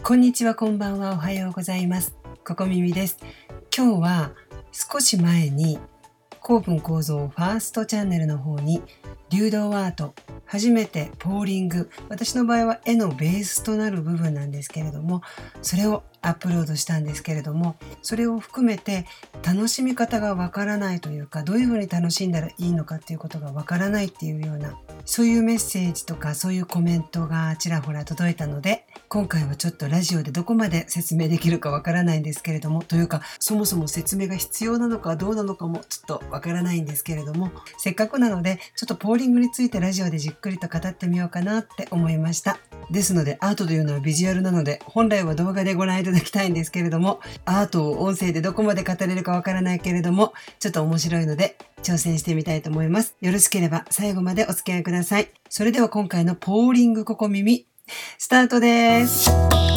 こんにちは、こんばんは、おはようございます。ここみみです。今日は少し前に公文構造ファーストチャンネルの方に流動アート、初めてポーリング、私の場合は絵のベースとなる部分なんですけれども、それをアップロードしたんですけれども、それを含めて楽しみ方がわからないというか、どういうふうに楽しんだらいいのかっていうことがわからないっていうような、そういうメッセージとかそういうコメントがちらほら届いたので、今回はちょっとラジオでどこまで説明できるかわからないんですけれども、というかそもそも説明が必要なのかどうなのかもちょっとわからないんですけれども、せっかくなのでちょっとポーリングについてラジオでじっくりと語ってみようかなって思いました。ですのでアートというのはビジュアルなので、本来は動画でご覧いただきたいんですけれども、アートを音声でどこまで語れるかわからないけれども、ちょっと面白いので挑戦してみたいと思います。よろしければ最後までお付き合いください。それでは今回のポーリングここ耳スタートです。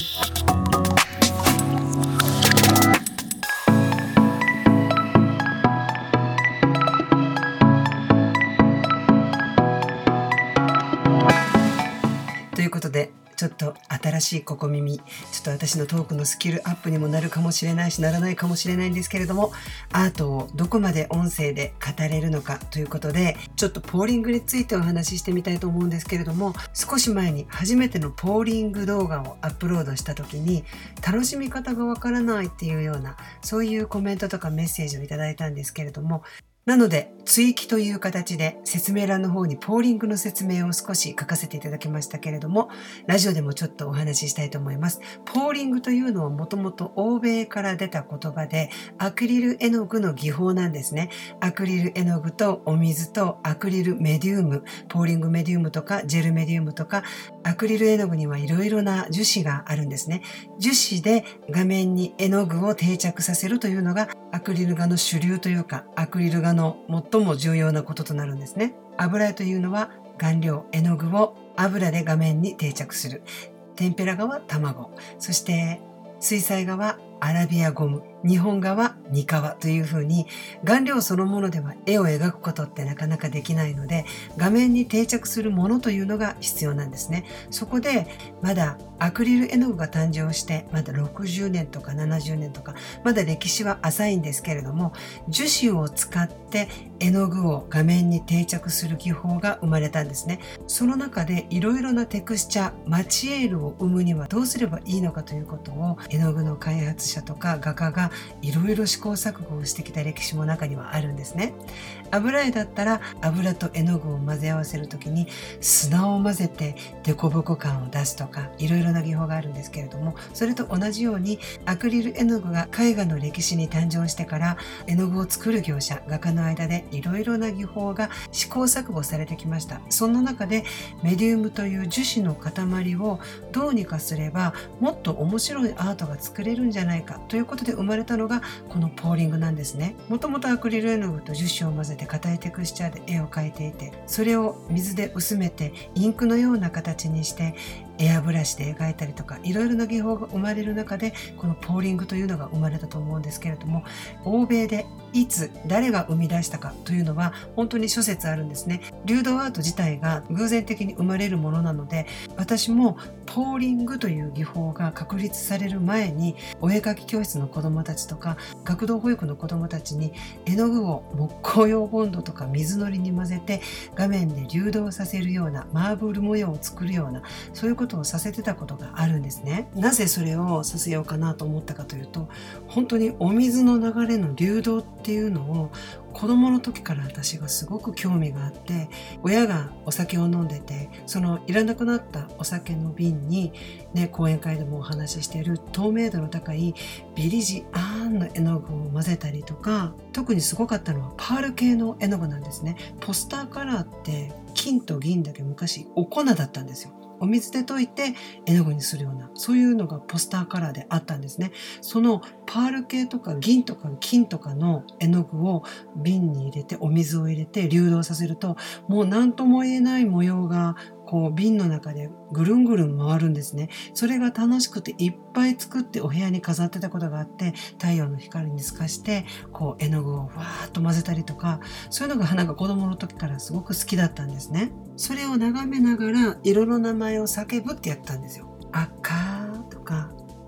ということで、ちょっと新しいここ耳、ちょっと私のトークのスキルアップにもなるかもしれないし、ならないかもしれないんですけれども、アートをどこまで音声で語れるのかということで、ちょっとポーリングについてお話ししてみたいと思うんですけれども、少し前に初めてのポーリング動画をアップロードした時に、楽しみ方がわからないっていうような、そういうコメントとかメッセージをいただいたんですけれども、なので追記という形で説明欄の方にポーリングの説明を少し書かせていただきましたけれども、ラジオでもちょっとお話ししたいと思います。ポーリングというのはもともと欧米から出た言葉で、アクリル絵の具の技法なんですね。アクリル絵の具とお水とアクリルメディウム、ポーリングメディウムとかジェルメディウムとか、アクリル絵の具にはいろいろな樹脂があるんですね。樹脂で画面に絵の具を定着させるというのがアクリル画の主流というか、アクリル画の最も重要なこととなるんですね。油絵というのは顔料、絵の具を油で画面に定着する。テンペラ画は卵。そして水彩画はアラビアゴム。日本画はニカワというふうに、顔料そのものでは絵を描くことってなかなかできないので、画面に定着するものというのが必要なんですね。そこでまだアクリル絵の具が誕生してまだ60年とか70年とか、まだ歴史は浅いんですけれども、樹脂を使って絵の具を画面に定着する技法が生まれたんですね。その中でいろいろなテクスチャー、マチエールを生むにはどうすればいいのかということを、絵の具の開発者とか画家がいろいろ試行錯誤をしてきた歴史も中にはあるんですね。油絵だったら油と絵の具を混ぜ合わせるときに砂を混ぜて凸凹感を出すとか、いろいろな技法があるんですけれども、それと同じようにアクリル絵の具が絵画の歴史に誕生してから、絵の具を作る業者、画家の間でいろいろな技法が試行錯誤されてきました。その中でメディウムという樹脂の塊をどうにかすればもっと面白いアートが作れるんじゃないかということで生まれたのがこのポーリングなんですね。もともとアクリル絵の具と樹脂を混ぜて硬いテクスチャーで絵を描いていて、それを水で薄めてインクのような形にしてエアブラシで描いたりとか、いろいろな技法が生まれる中でこのポーリングというのが生まれたと思うんですけれども、欧米でいつ誰が生み出したかというのは本当に諸説あるんですね。流動アート自体が偶然的に生まれるものなので、私もポーリングという技法が確立される前に、お絵描き教室の子どもたちとか学童保育の子どもたちに絵の具を木工用ボンドとか水のりに混ぜて画面で流動させるようなマーブル模様を作るような、そういうことをさせてたことがあるんですね。なぜそれをさせようかなと思ったかというと、本当にお水の流れの流動っていうのを子供の時から私がすごく興味があって、親がお酒を飲んでて、そのいらなくなったお酒の瓶に、講演会でもお話ししている透明度の高いビリジアーンの絵の具を混ぜたりとか、特にすごかったのはパール系の絵の具なんですね。ポスターカラーって金と銀だけ昔お粉だったんですよ。お水で溶いて絵の具にするような、そういうのがポスターカラーであったんですね。そのパール系とか銀とか金とかの絵の具を瓶に入れて、お水を入れて流動させると、もう何とも言えない模様がこう瓶の中でぐるんぐるん回るんですね。それが楽しくていっぱい作ってお部屋に飾ってたことがあって、太陽の光に透かしてこう絵の具をわーっと混ぜたりとか、そういうのがなんか子供の時からすごく好きだったんですね。それを眺めながら色の名前を叫ぶってやったんですよ。赤とか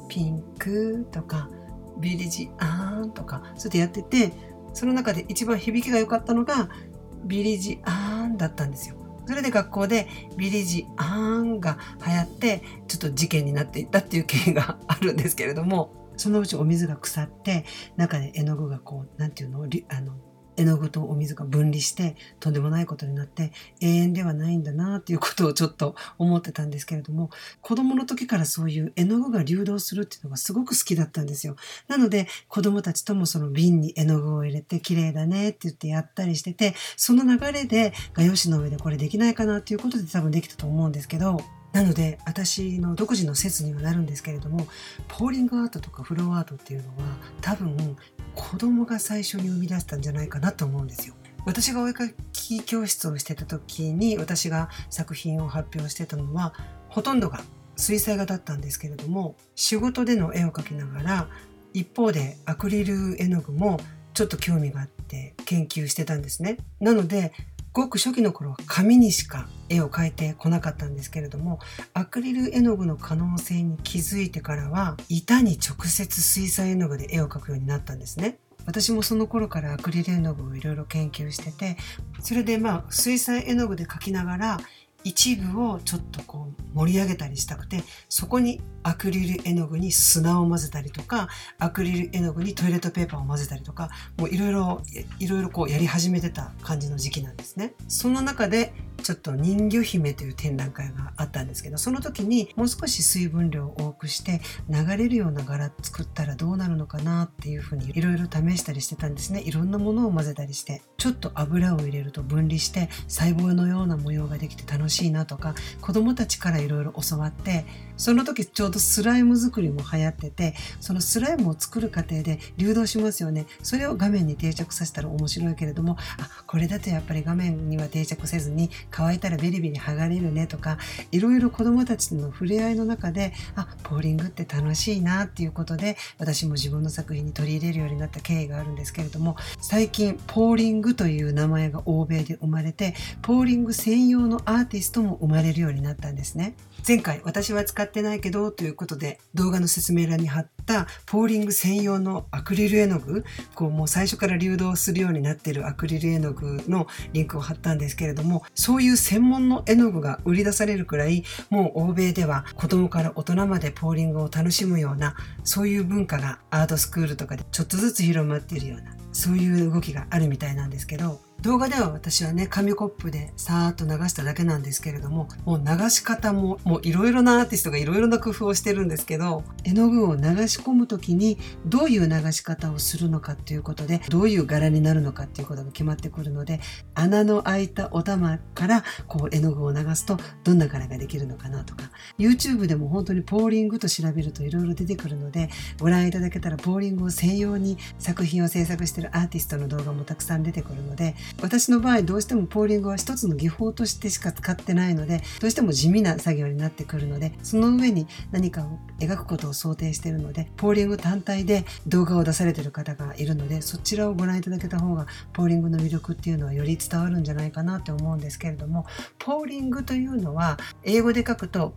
ピンクとかビリジアンとかそうやってやってて、その中で一番響きが良かったのがビリジアンだったんですよ。それで学校でビリジアンが流行ってちょっと事件になっていったっていう経緯があるんですけれども、そのうちお水が腐って中で絵の具が絵の具とお水が分離してとんでもないことになって永遠ではないんだなっていうことをちょっと思ってたんですけれども、子供の時からそういう絵の具が流動するっていうのがすごく好きだったんですよ。なので子供たちともその瓶に絵の具を入れて綺麗だねって言ってやったりしてて、その流れで画用紙の上でこれできないかなっていうことで多分できたと思うんですけど、なので私の独自の説にはなるんですけれども、ポーリングアートとかフローアートっていうのは多分子供が最初に生み出したんじゃないかなと思うんですよ。私がお絵描き教室をしてた時に私が作品を発表してたのはほとんどが水彩画だったんですけれども、仕事での絵を描きながら一方でアクリル絵の具もちょっと興味があって研究してたんですね。なのでごく初期の頃は紙にしか絵を描いてこなかったんですけれども、アクリル絵の具の可能性に気づいてからは板に直接水彩絵の具で絵を描くようになったんですね。私もその頃からアクリル絵の具をいろいろ研究してて、それで水彩絵の具で描きながら一部をちょっと盛り上げたりしたくて、そこにアクリル絵の具に砂を混ぜたりとか、アクリル絵の具にトイレットペーパーを混ぜたりとか、もういろいろやり始めてた感じの時期なんですね。その中でちょっと人魚姫という展覧会があったんですけど、その時にもう少し水分量を多くして流れるような柄作ったらどうなるのかなっていうふうにいろいろ試したりしてたんですね。いろんなものを混ぜたりして、ちょっと油を入れると分離して細胞のような模様ができて楽しいなとか、子供たちからいろいろ教わって、その時ちょうどスライム作りも流行ってて、そのスライムを作る過程で流動しますよね。それを画面に定着させたら面白いけれども、これだとやっぱり画面には定着せずに乾いたらベリベリ剥がれるねとか、いろいろ子供たちとの触れ合いの中でポーリングって楽しいなっていうことで、私も自分の作品に取り入れるようになった経緯があるんですけれども、最近ポーリングという名前が欧米で生まれて、ポーリング専用のアーティストも生まれるようになったんですね。前回私は使ってないけどということで動画の説明欄に貼ったポーリング専用のアクリル絵の具、もう最初から流動するようになっているアクリル絵の具のリンクを貼ったんですけれども、そういう専門の絵の具が売り出されるくらい、もう欧米では子供から大人までポーリングを楽しむような、そういう文化がアートスクールとかでちょっとずつ広まっているような、そういう動きがあるみたいなんですけど、動画では私はね、紙コップでさーっと流しただけなんですけれども、もう流し方もいろいろなアーティストがいろいろな工夫をしてるんですけど、絵の具を流し込むときにどういう流し方をするのかっていうことで、どういう柄になるのかっていうことが決まってくるので、穴の開いたお玉から絵の具を流すとどんな柄ができるのかなとか、 YouTube でも本当にポーリングと調べるといろいろ出てくるので、ご覧いただけたらポーリングを専用に作品を制作しているアーティストの動画もたくさん出てくるので、私の場合どうしてもポーリングは一つの技法としてしか使ってないので、どうしても地味な作業になってくるので、その上に何かを描くことを想定しているので、ポーリング単体で動画を出されている方がいるので、そちらをご覧いただけた方がポーリングの魅力っていうのはより伝わるんじゃないかなって思うんですけれども、ポーリングというのは英語で書くと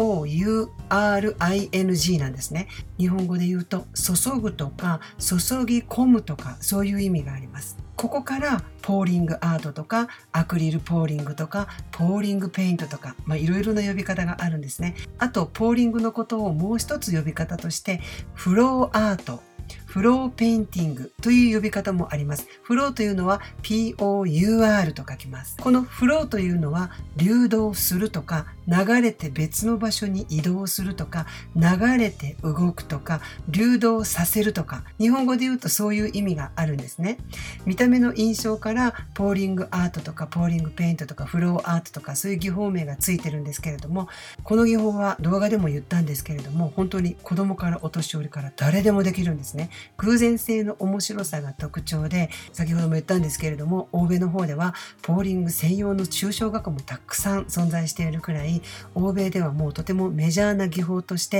POURING なんですね。日本語で言うと注ぐとか注ぎ込むとか、そういう意味があります。ここからポーリングアートとかアクリルポーリングとかポーリングペイントとか、いろいろな呼び方があるんですね。あとポーリングのことをもう一つ呼び方としてフローアート、フローペインティングという呼び方もあります。フローというのは POUR と書きます。このフローというのは流動するとか、流れて別の場所に移動するとか、流れて動くとか、流動させるとか、日本語で言うとそういう意味があるんですね。見た目の印象からポーリングアートとかポーリングペイントとかフローアートとか、そういう技法名がついてるんですけれども、この技法は動画でも言ったんですけれども、本当に子供からお年寄りから誰でもできるんですね。偶然性の面白さが特徴で、先ほども言ったんですけれども、欧米の方ではポーリング専用の抽象画家もたくさん存在しているくらい、欧米ではもうとてもメジャーな技法として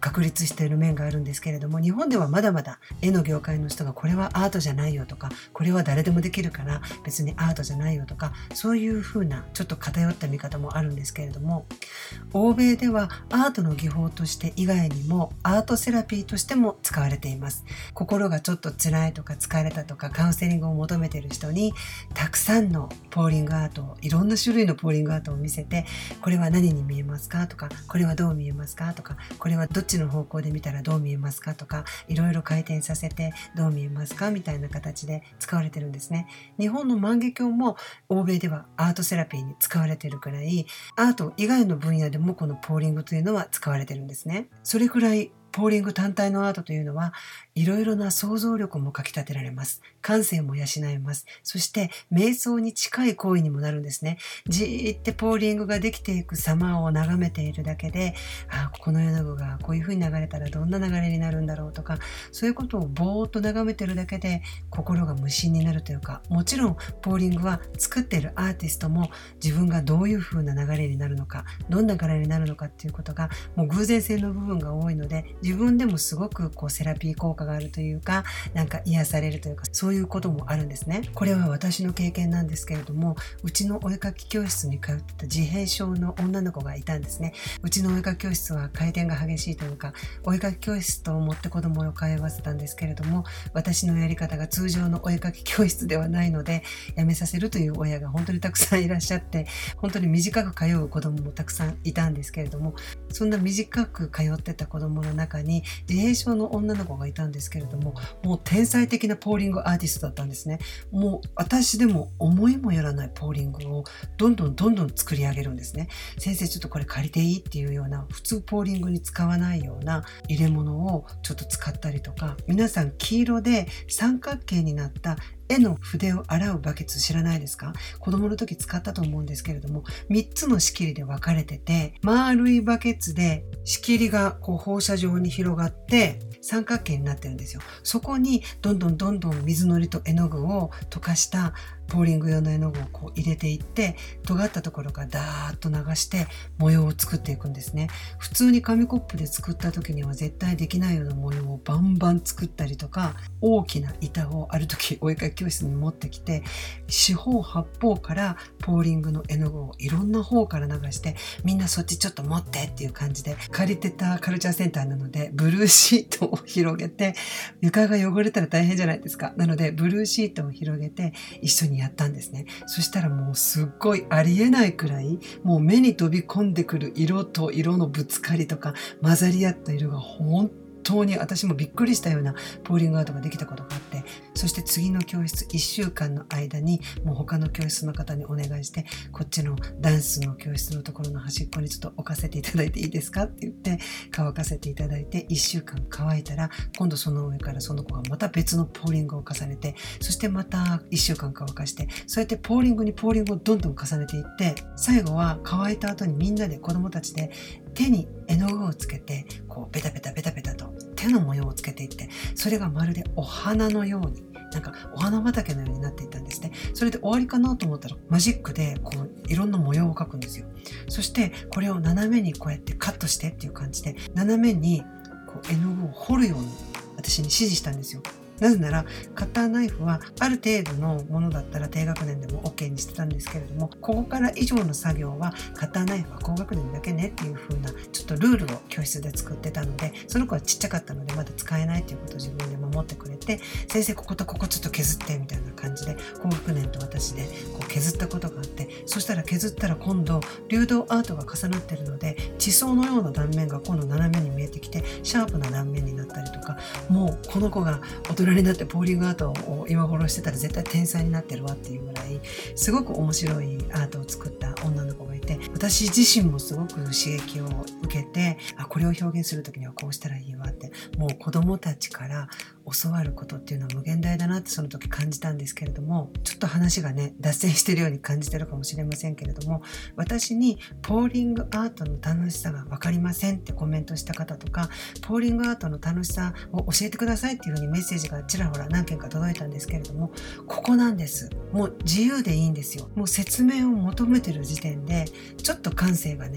確立している面があるんですけれども、日本ではまだまだ絵の業界の人がこれはアートじゃないよとか、これは誰でもできるから別にアートじゃないよとか、そういう風なちょっと偏った見方もあるんですけれども、欧米ではアートの技法として以外にもアートセラピーとしても使われています。心がちょっと辛いとか疲れたとかカウンセリングを求めている人にたくさんのポーリングアートを、いろんな種類のポーリングアートを見せて、これは何に見えますかとか、これはどう見えますかとか、これはどっちの方向で見たらどう見えますかとか、いろいろ回転させてどう見えますかみたいな形で使われてるんですね。日本の万華鏡も欧米ではアートセラピーに使われているくらい、アート以外の分野でもこのポーリングというのは使われてるんですね。それくらいポーリング単体のアートというのはいろいろな想像力もかき立てられます。感性も養えます。そして瞑想に近い行為にもなるんですね。じーってポーリングができていく様を眺めているだけで、この絵の具がこういう風に流れたらどんな流れになるんだろうとか、そういうことをぼーっと眺めているだけで心が無心になるというか、もちろんポーリングは作っているアーティストも自分がどういう風な流れになるのか、どんな流れになるのかっていうことがもう偶然性の部分が多いので、自分でもすごくセラピー効果があるというか、なんか癒されるというか、そういうこともあるんですね。これは私の経験なんですけれども、うちのお絵描き教室に通ってた自閉症の女の子がいたんですね。うちのお絵描き教室は回転が激しいというか、お絵描き教室と思って子供を通わせたんですけれども、私のやり方が通常のお絵描き教室ではないので、やめさせるという親が本当にたくさんいらっしゃって、本当に短く通う子供もたくさんいたんですけれども、そんな短く通ってた子供の中に自閉症の女の子がいたんですけれども、もう天才的なポーリングアーティストだったんですね。もう私でも思いもよらないポーリングをどんどん作り上げるんですね。先生ちょっとこれ借りていいっていうような、普通ポーリングに使わないような入れ物をちょっと使ったりとか、皆さん黄色で三角形になった絵の筆を洗うバケツ知らないですか？子供の時使ったと思うんですけれども、3つの仕切りで分かれてて、丸いバケツで仕切りが放射状に広がって三角形になってるんですよ。そこにどんどん水のりと絵の具を溶かしたポーリング用の絵の具を入れていって、尖ったところからダーッと流して模様を作っていくんですね。普通に紙コップで作った時には絶対できないような模様をバンバン作ったりとか、大きな板をある時お絵描き教室に持ってきて、四方八方からポーリングの絵の具をいろんな方から流して、みんなそっちちょっと持ってっていう感じで、借りてたカルチャーセンターなのでブルーシートを広げて、床が汚れたら大変じゃないですか。なのでブルーシートを広げて一緒にやったんですね。そしたらもうすっごいありえないくらい、もう目に飛び込んでくる色と色のぶつかりとか混ざり合った色が本当に私もびっくりしたようなポーリングアートができたことがあって、そして次の教室1週間の間にもう他の教室の方にお願いして、こっちのダンスの教室のところの端っこにちょっと置かせていただいていいですかって言って乾かせていただいて、1週間乾いたら今度その上からその子がまた別のポーリングを重ねて、そしてまた1週間乾かして、そうやってポーリングにポーリングをどんどん重ねていって、最後は乾いた後にみんなで子供たちで手に絵の具をつけてベタベタと手の模様をつけていって、それがまるでお花のように、なんかお花畑のようになっていったんですね。それで終わりかなと思ったらマジックでいろんな模様を描くんですよ。そしてこれを斜めにこうやってカットしてっていう感じで、斜めに絵の具を彫るように私に指示したんですよ。なぜならカッターナイフはある程度のものだったら低学年でも OK にしてたんですけれども、ここから以上の作業はカッターナイフは高学年だけねっていう風なちょっとルールを教室で作ってたので、その子はちっちゃかったのでまだ使えないっていうことを自分で守ってくれて、先生こことここちょっと削ってみたいな感じで高学年と私で削ったことがあって、そしたら削ったら今度流動アートが重なってるので地層のような断面が今度斜めに見えてきてシャープな断面になったりとか、もうこの子が大人になってポーリングアートを今頃してたら絶対天才になってるわっていうぐらいすごく面白いアートを作った女の子がいて、私自身もすごく刺激を受けて、これを表現する時にはこうしたらいいわって、もう子供たちから教わることっていうのは無限大だなってその時感じたんですけれども、ちょっと話がね脱線してるように感じてるかもしれませんけれども、私にポーリングアートの楽しさが分かりませんってコメントした方とか、ポーリングアートの楽しさを教えてくださいっていうふうにメッセージがちらほら何件か届いたんですけれども、ここなんです。もう自由でいいんですよ。もう説明を求めてる時点でちょっと感性がね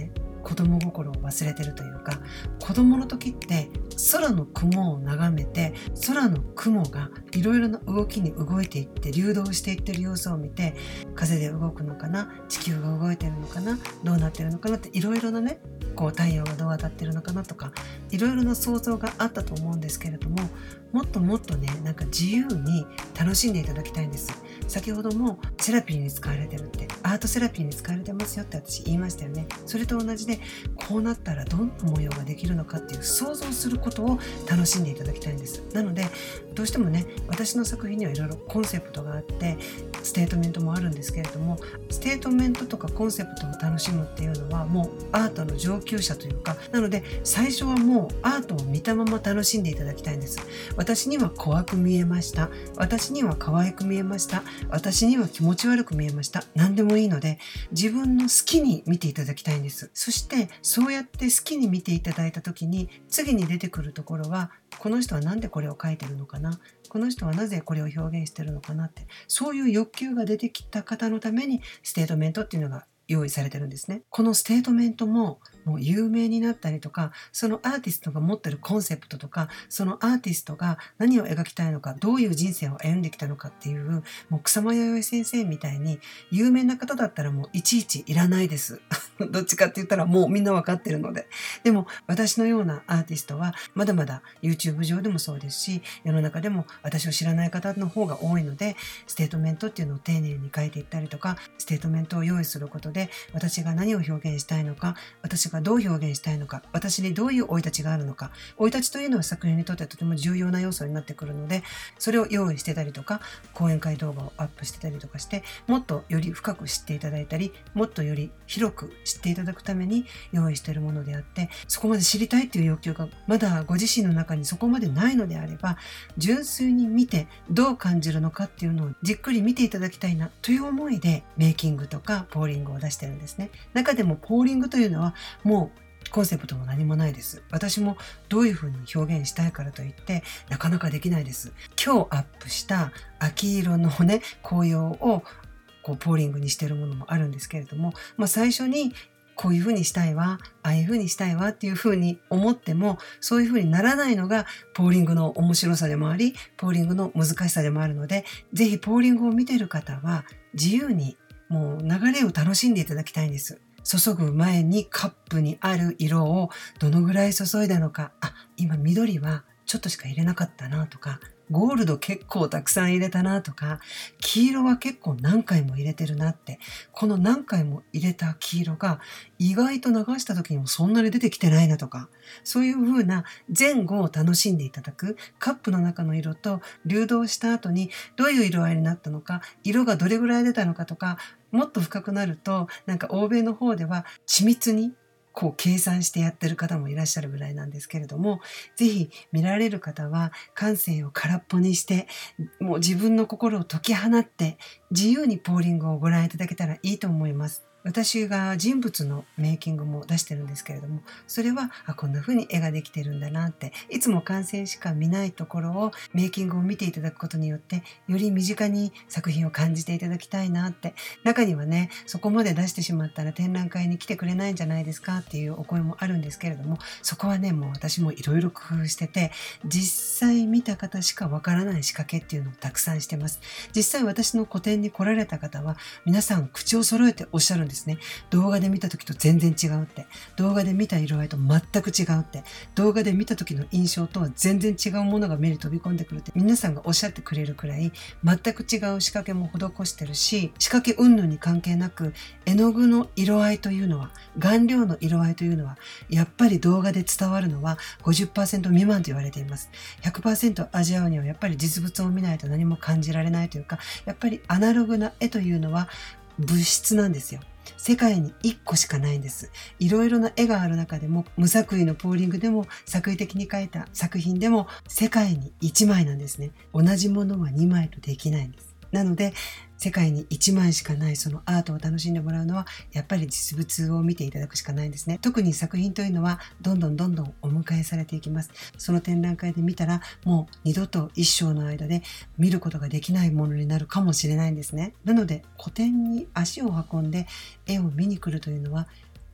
子供心を忘れてるというか、子供の時って空の雲を眺めて、空の雲がいろいろな動きに動いていって流動していってる様子を見て、風で動くのかな、地球が動いてるのかな、どうなってるのかなって、いろいろなね、こう太陽がどう当たってるのかなとか、いろいろな想像があったと思うんですけれども、もっともっとね、なんか自由に楽しんでいただきたいんです。先ほどもセラピーに使われてるって、アートセラピーに使われてますよって私言いましたよね。それと同じで、こうなったらどんな模様ができるのかっていう想像することを楽しんでいただきたいんです。なのでどうしてもね、私の作品にはいろいろコンセプトがあってステートメントもあるんですけれども、ステートメントとかコンセプトを楽しむっていうのはもうアートの上級者というか、なので最初はもうアートを見たまま楽しんでいただきたいんです。私には怖く見えました、私には可愛く見えました、私には気持ち悪く見えました、何でもいいので自分の好きに見ていただきたいんです。そしてそうやって好きに見ていただいた時に、次に出てくるところは、この人はなんでこれを描いてるのかな、この人はなぜこれを表現してるのかなって、そういう欲求が出てきた方のためにステートメントっていうのが用意されてるんですね。このステートメントももう有名になったりとか、そのアーティストが持ってるコンセプトとか、そのアーティストが何を描きたいのか、どういう人生を歩んできたのかっていう、もう草間彌生先生みたいに有名な方だったらもういちいちいらないですどっちかって言ったらもうみんなわかってるので。でも私のようなアーティストはまだまだ YouTube 上でもそうですし、世の中でも私を知らない方の方が多いので、ステートメントっていうのを丁寧に書いていったりとか、ステートメントを用意することで、私が何を表現したいのか、私がどう表現したいのか、私にどういう生い立ちがあるのか、生い立ちというのは作品にとってとても重要な要素になってくるので、それを用意してたりとか、講演会動画をアップしてたりとかして、もっとより深く知っていただいたり、もっとより広く知っていただくために用意しているものであって、そこまで知りたいっていう欲求がまだご自身の中にそこまでないのであれば、純粋に見てどう感じるのかっていうのをじっくり見ていただきたいなという思いで、メイキングとかポーリングを出してるんですね。中でもポーリングというのはもうコンセプトも何もないです。私もどういうふうに表現したいからといってなかなかできないです。今日アップした秋色のね、紅葉をこうポーリングにしているものもあるんですけれども、最初にこういうふうにしたいわ、ああいうふうにしたいわっていうふうに思っても、そういうふうにならないのがポーリングの面白さでもあり、ポーリングの難しさでもあるので、ぜひポーリングを見ている方は自由にもう流れを楽しんでいただきたいんです。注ぐ前にカップにある色をどのぐらい注いだのか、今緑はちょっとしか入れなかったなとか、ゴールド結構たくさん入れたなとか、黄色は結構何回も入れてるなって、この何回も入れた黄色が意外と流した時にもそんなに出てきてないなとか、そういう風な前後を楽しんでいただく、カップの中の色と流動した後にどういう色合いになったのか、色がどれぐらい出たのかとか、もっと深くなるとなんか欧米の方では緻密にこう計算してやってる方もいらっしゃるぐらいなんですけれども、ぜひ見られる方は感性を空っぽにして、もう自分の心を解き放って自由にポーリングをご覧いただけたらいいと思います。私が人物のメイキングも出してるんですけれども、それはこんな風に絵ができてるんだなって、いつも完成しか見ないところをメイキングを見ていただくことによってより身近に作品を感じていただきたいなって。中にはね、そこまで出してしまったら展覧会に来てくれないんじゃないですかっていうお声もあるんですけれども、そこはね、もう私もいろいろ工夫してて、実際見た方しかわからない仕掛けっていうのをたくさんしてます。実際私の個展に来られた方は皆さん口を揃えておっしゃるんですね。動画で見た時と全然違うって、動画で見た色合いと全く違うって、動画で見た時の印象とは全然違うものが目に飛び込んでくるって皆さんがおっしゃってくれるくらい、全く違う仕掛けも施してるし、仕掛け云々に関係なく絵の具の色合いというのは、顔料の色合いというのはやっぱり動画で伝わるのは 50% 未満と言われています。 100% 味わうにはやっぱり実物を見ないと何も感じられないというか、やっぱりアナログな絵というのは物質なんですよ。世界に1個しかないんです。いろいろな絵がある中でも、無作為のポーリングでも作為的に描いた作品でも世界に1枚なんですね。同じものは2枚とできないんです。なので世界に1枚しかないそのアートを楽しんでもらうのはやっぱり実物を見ていただくしかないんですね。特に作品というのはどんどんお迎えされていきます。その展覧会で見たらもう二度と一生の間で見ることができないものになるかもしれないんですね。なので個展に足を運んで絵を見に来るというのは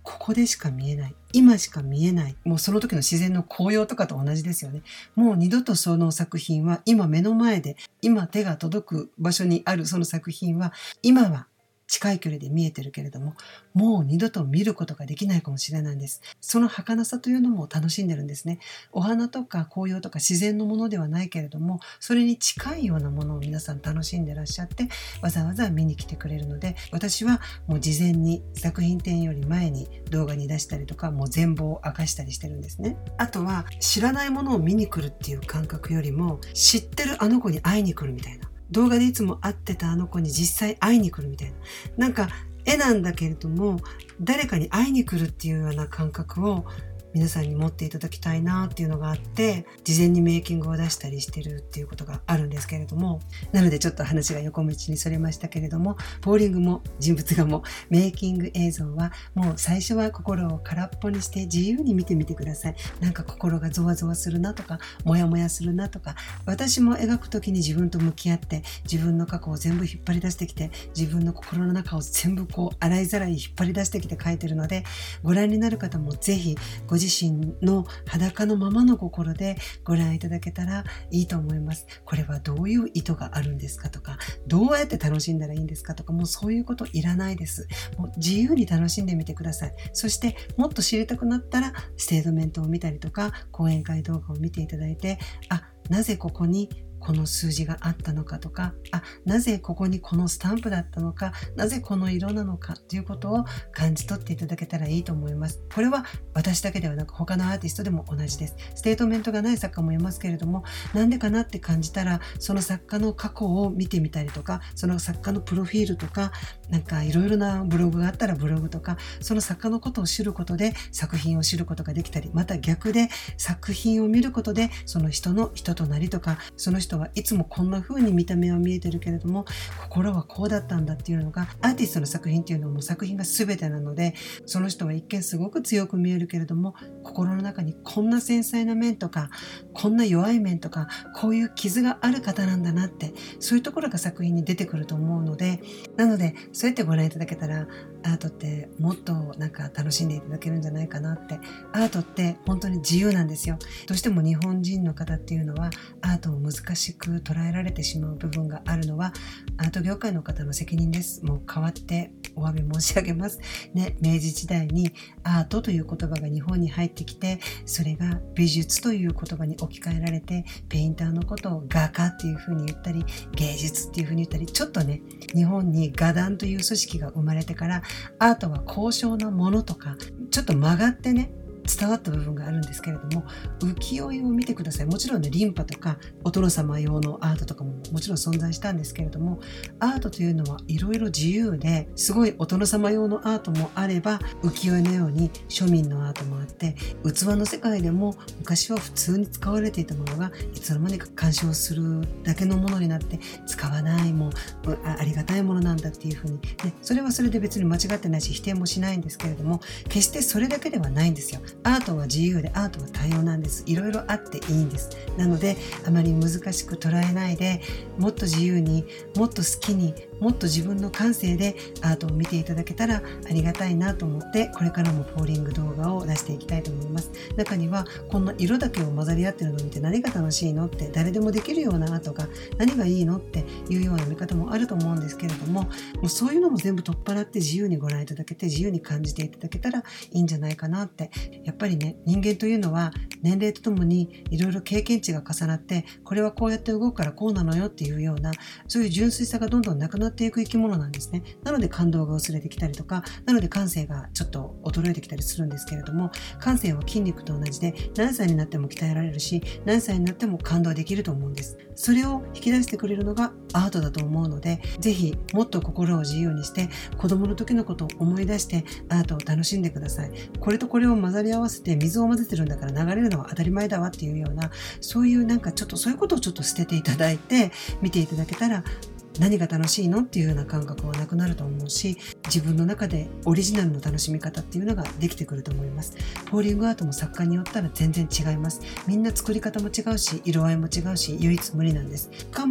ここでしか見えない、今しか見えない、もうその時の自然の紅葉とかと同じですよね。もう二度とその作品は今目の前で、今手が届く場所にあるその作品は、今は近い距離で見えてるけれども、もう二度と見ることができないかもしれないんです。その儚さというのも楽しんでるんですね。お花とか紅葉とか自然のものではないけれども、それに近いようなものを皆さん楽しんでらっしゃって、わざわざ見に来てくれるので、私はもう事前に作品展より前に動画に出したりとか、もう全貌を明かしたりしてるんですね。あとは知らないものを見に来るっていう感覚よりも、知ってるあの子に会いに来るみたいな、動画でいつも会ってたあの子に実際会いに来るみたいな、なんか絵なんだけれども誰かに会いに来るっていうような感覚を皆さんに持っていただきたいなっていうのがあって、事前にメイキングを出したりしてるっていうことがあるんですけれども、なのでちょっと話が横道にそれましたけれども、ポーリングも人物画もメイキング映像はもう最初は心を空っぽにして自由に見てみてください。なんか心がゾワゾワするなとか、モヤモヤするなとか、私も描くときに自分と向き合って自分の過去を全部引っ張り出してきて、自分の心の中を全部こう洗いざらい引っ張り出してきて描いてるので、ご覧になる方もぜひご自身の裸のままの心でご覧いただけたらいいと思います。これはどういう意図があるんですかとか、どうやって楽しんだらいいんですかとか、もうそういうこといらないです。もう自由に楽しんでみてください。そしてもっと知りたくなったらステートメントを見たりとか、講演会動画を見ていただいて、なぜここにこの数字があったのかとか、なぜここにこのスタンプだったのか、なぜこの色なのかということを感じ取っていただけたらいいと思います。これは私だけではなく他のアーティストでも同じです。ステートメントがない作家もいますけれども、なんでかなって感じたら、その作家の過去を見てみたりとか、その作家のプロフィールとか、なんかいろいろなブログがあったらブログとか、その作家のことを知ることで作品を知ることができたり、また逆で作品を見ることでその人の人となりとか、その人はいつもこんな風に見た目は見えてるけれども心はこうだったんだっていうのが、アーティストの作品っていうのはもう作品が全てなので、その人は一見すごく強く見えるけれども、心の中にこんな繊細な面とか、こんな弱い面とか、こういう傷がある方なんだなって、そういうところが作品に出てくると思うので、なのでそうやってご覧いただけたら、アートってもっとなんか楽しんでいただけるんじゃないかなって。アートって本当に自由なんですよ。どうしても日本人の方っていうのはアートを難しく捉えられてしまう部分があるのはアート業界の方の責任です。もう代わってお詫び申し上げますね。明治時代にアートという言葉が日本に入ってきて、それが美術という言葉に置き換えられて、ペインターのことを画家っていう風に言ったり、芸術っていう風に言ったり、ちょっとね、日本に画壇という組織が生まれてから、アートは高尚なものとかちょっと曲がってね伝わった部分があるんですけれども、浮世絵を見てください。もちろんね、リンパとかお殿様用のアートとかももちろん存在したんですけれども、アートというのはいろいろ自由で、すごいお殿様用のアートもあれば、浮世絵のように庶民のアートもあって、器の世界でも昔は普通に使われていたものがいつの間にか鑑賞するだけのものになって、使わないもありがたいものなんだっていうふうに、ね、それはそれで別に間違ってないし否定もしないんですけれども、決してそれだけではないんですよ。アートは自由で、アートは多様なんです。いろいろあっていいんです。なのであまり難しく捉えないで、もっと自由に、もっと好きに、もっと自分の感性でアートを見ていただけたらありがたいなと思って、これからもポーリング動画を出していきたいと思います。中にはこんな色だけを混ざり合ってるのを見て何が楽しいのって、誰でもできるようなアートが何がいいのっていうような見方もあると思うんですけれども、もうそういうのも全部取っ払って自由にご覧いただけて、自由に感じていただけたらいいんじゃないかなって。やっぱりね、人間というのは年齢とともにいろいろ経験値が重なって、これはこうやって動くからこうなのよっていうような、そういう純粋さがどんどんなくなっていく生き物なんですね。なので感動が薄れてきたりとか、なので感性がちょっと衰えてきたりするんですけれども、感性は筋肉と同じで、何歳になっても鍛えられるし、何歳になっても感動できると思うんです。それを引き出してくれるのがアートだと思うので、ぜひもっと心を自由にして、子供の時のことを思い出してアートを楽しんでください。これとこれを混ざり合わせて水を混ぜてるんだから流れるのは当たり前だわっていうような、そういうなんかちょっとそういうことをちょっと捨てていただいて見ていただけたら、何が楽しいのっていうような感覚はなくなると思うし、自分の中でオリジナルの楽しみ方っていうのができてくると思います。ポーリングアートも作家によったら全然違います。みんな作り方も違うし、色合いも違うし、唯一無二なんです。しかも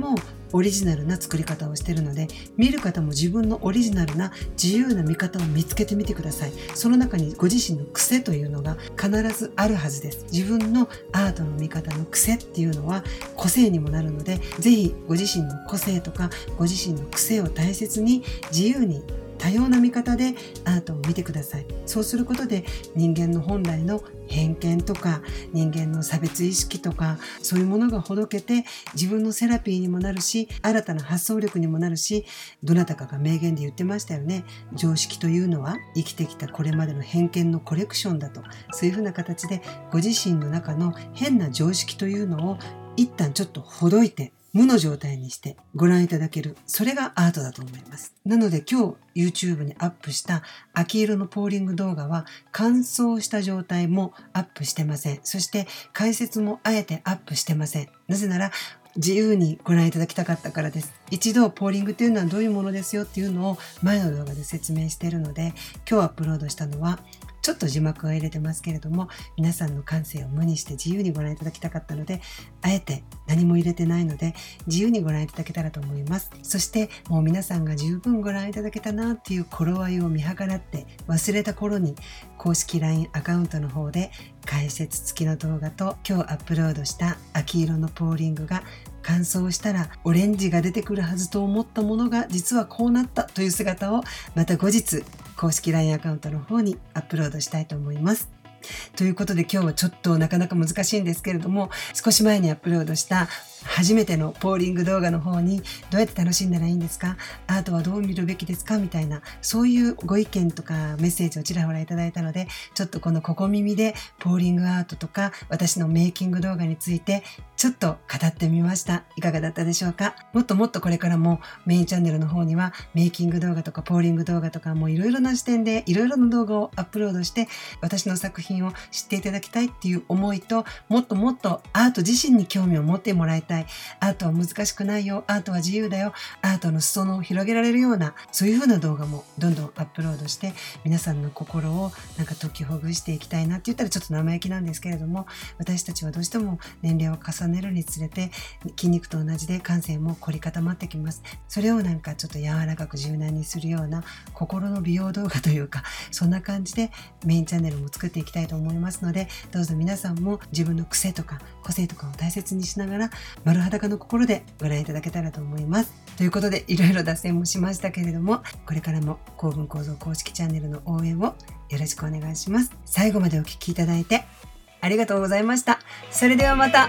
オリジナルな作り方をしているので、見る方も自分のオリジナルな自由な見方を見つけてみてください。その中にご自身の癖というのが必ずあるはずです。自分のアートの見方の癖っていうのは個性にもなるので、ぜひご自身の個性とかご自身の癖を大切に自由に多様な見方でアートを見てください。そうすることで人間の本来の偏見とか人間の差別意識とかそういうものがほどけて自分のセラピーにもなるし、新たな発想力にもなるし、どなたかが名言で言ってましたよね。常識というのは生きてきたこれまでの偏見のコレクションだと。そういうふうな形でご自身の中の変な常識というのを一旦ちょっとほどいて無の状態にしてご覧いただける。それがアートだと思います。なので今日 YouTube にアップした秋色のポーリング動画は乾燥した状態もアップしてません。そして解説もあえてアップしてません。なぜなら自由にご覧いただきたかったからです。一度ポーリングというのはどういうものですよっていうのを前の動画で説明しているので、今日アップロードしたのはちょっと字幕は入れてますけれども、皆さんの感性を無にして自由にご覧いただきたかったので、あえて何も入れてないので自由にご覧いただけたらと思います。そしてもう皆さんが十分ご覧いただけたなっていう頃合いを見計らって忘れた頃に公式 LINE アカウントの方で解説付きの動画と今日アップロードした秋色のポーリングが乾燥したらオレンジが出てくるはずと思ったものが実はこうなったという姿をまた後日公式 LINE アカウントの方にアップロードしたいと思います。ということで今日はちょっとなかなか難しいんですけれども、少し前にアップロードした初めてのポーリング動画の方にどうやって楽しんだらいいんですか、アートはどう見るべきですかみたいな、そういうご意見とかメッセージをちらほらいただいたので、ちょっとこのここ耳でポーリングアートとか私のメイキング動画についてちょっと語ってみました。いかがだったでしょうか。もっともっとこれからもメインチャンネルの方にはメイキング動画とかポーリング動画とかもいろいろな視点でいろいろな動画をアップロードして私の作品を知っていただきたいっていう思いと、もっともっとアート自身に興味を持ってもらいたい。アートは難しくないよ、アートは自由だよ、アートの裾野を広げられるような、そういう風な動画もどんどんアップロードして皆さんの心をなんか解きほぐしていきたいなって言ったらちょっと生意気なんですけれども、私たちはどうしても年齢を重ねるにつれて筋肉と同じで感性も凝り固まってきます。それをなんかちょっと柔らかく柔軟にするような心の美容動画というか、そんな感じでメインチャンネルも作っていきたいと思いますので、どうぞ皆さんも自分の癖とか個性とかを大切にしながら丸裸の心でご覧いただけたらと思います。ということでいろいろ脱線もしましたけれども、これからも構文構造公式チャンネルの応援をよろしくお願いします。最後までお聞きいただいてありがとうございました。それではまた。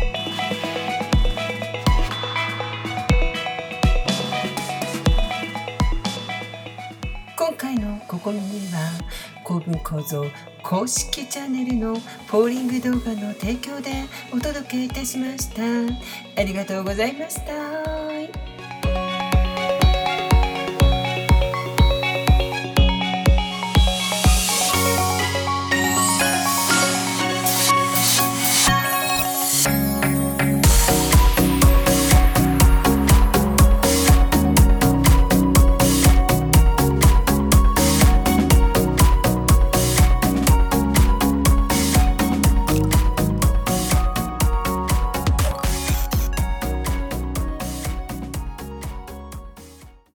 今回のここには構文構造公式チャンネルのポーリング動画の提供でお届けいたしました。ありがとうございました。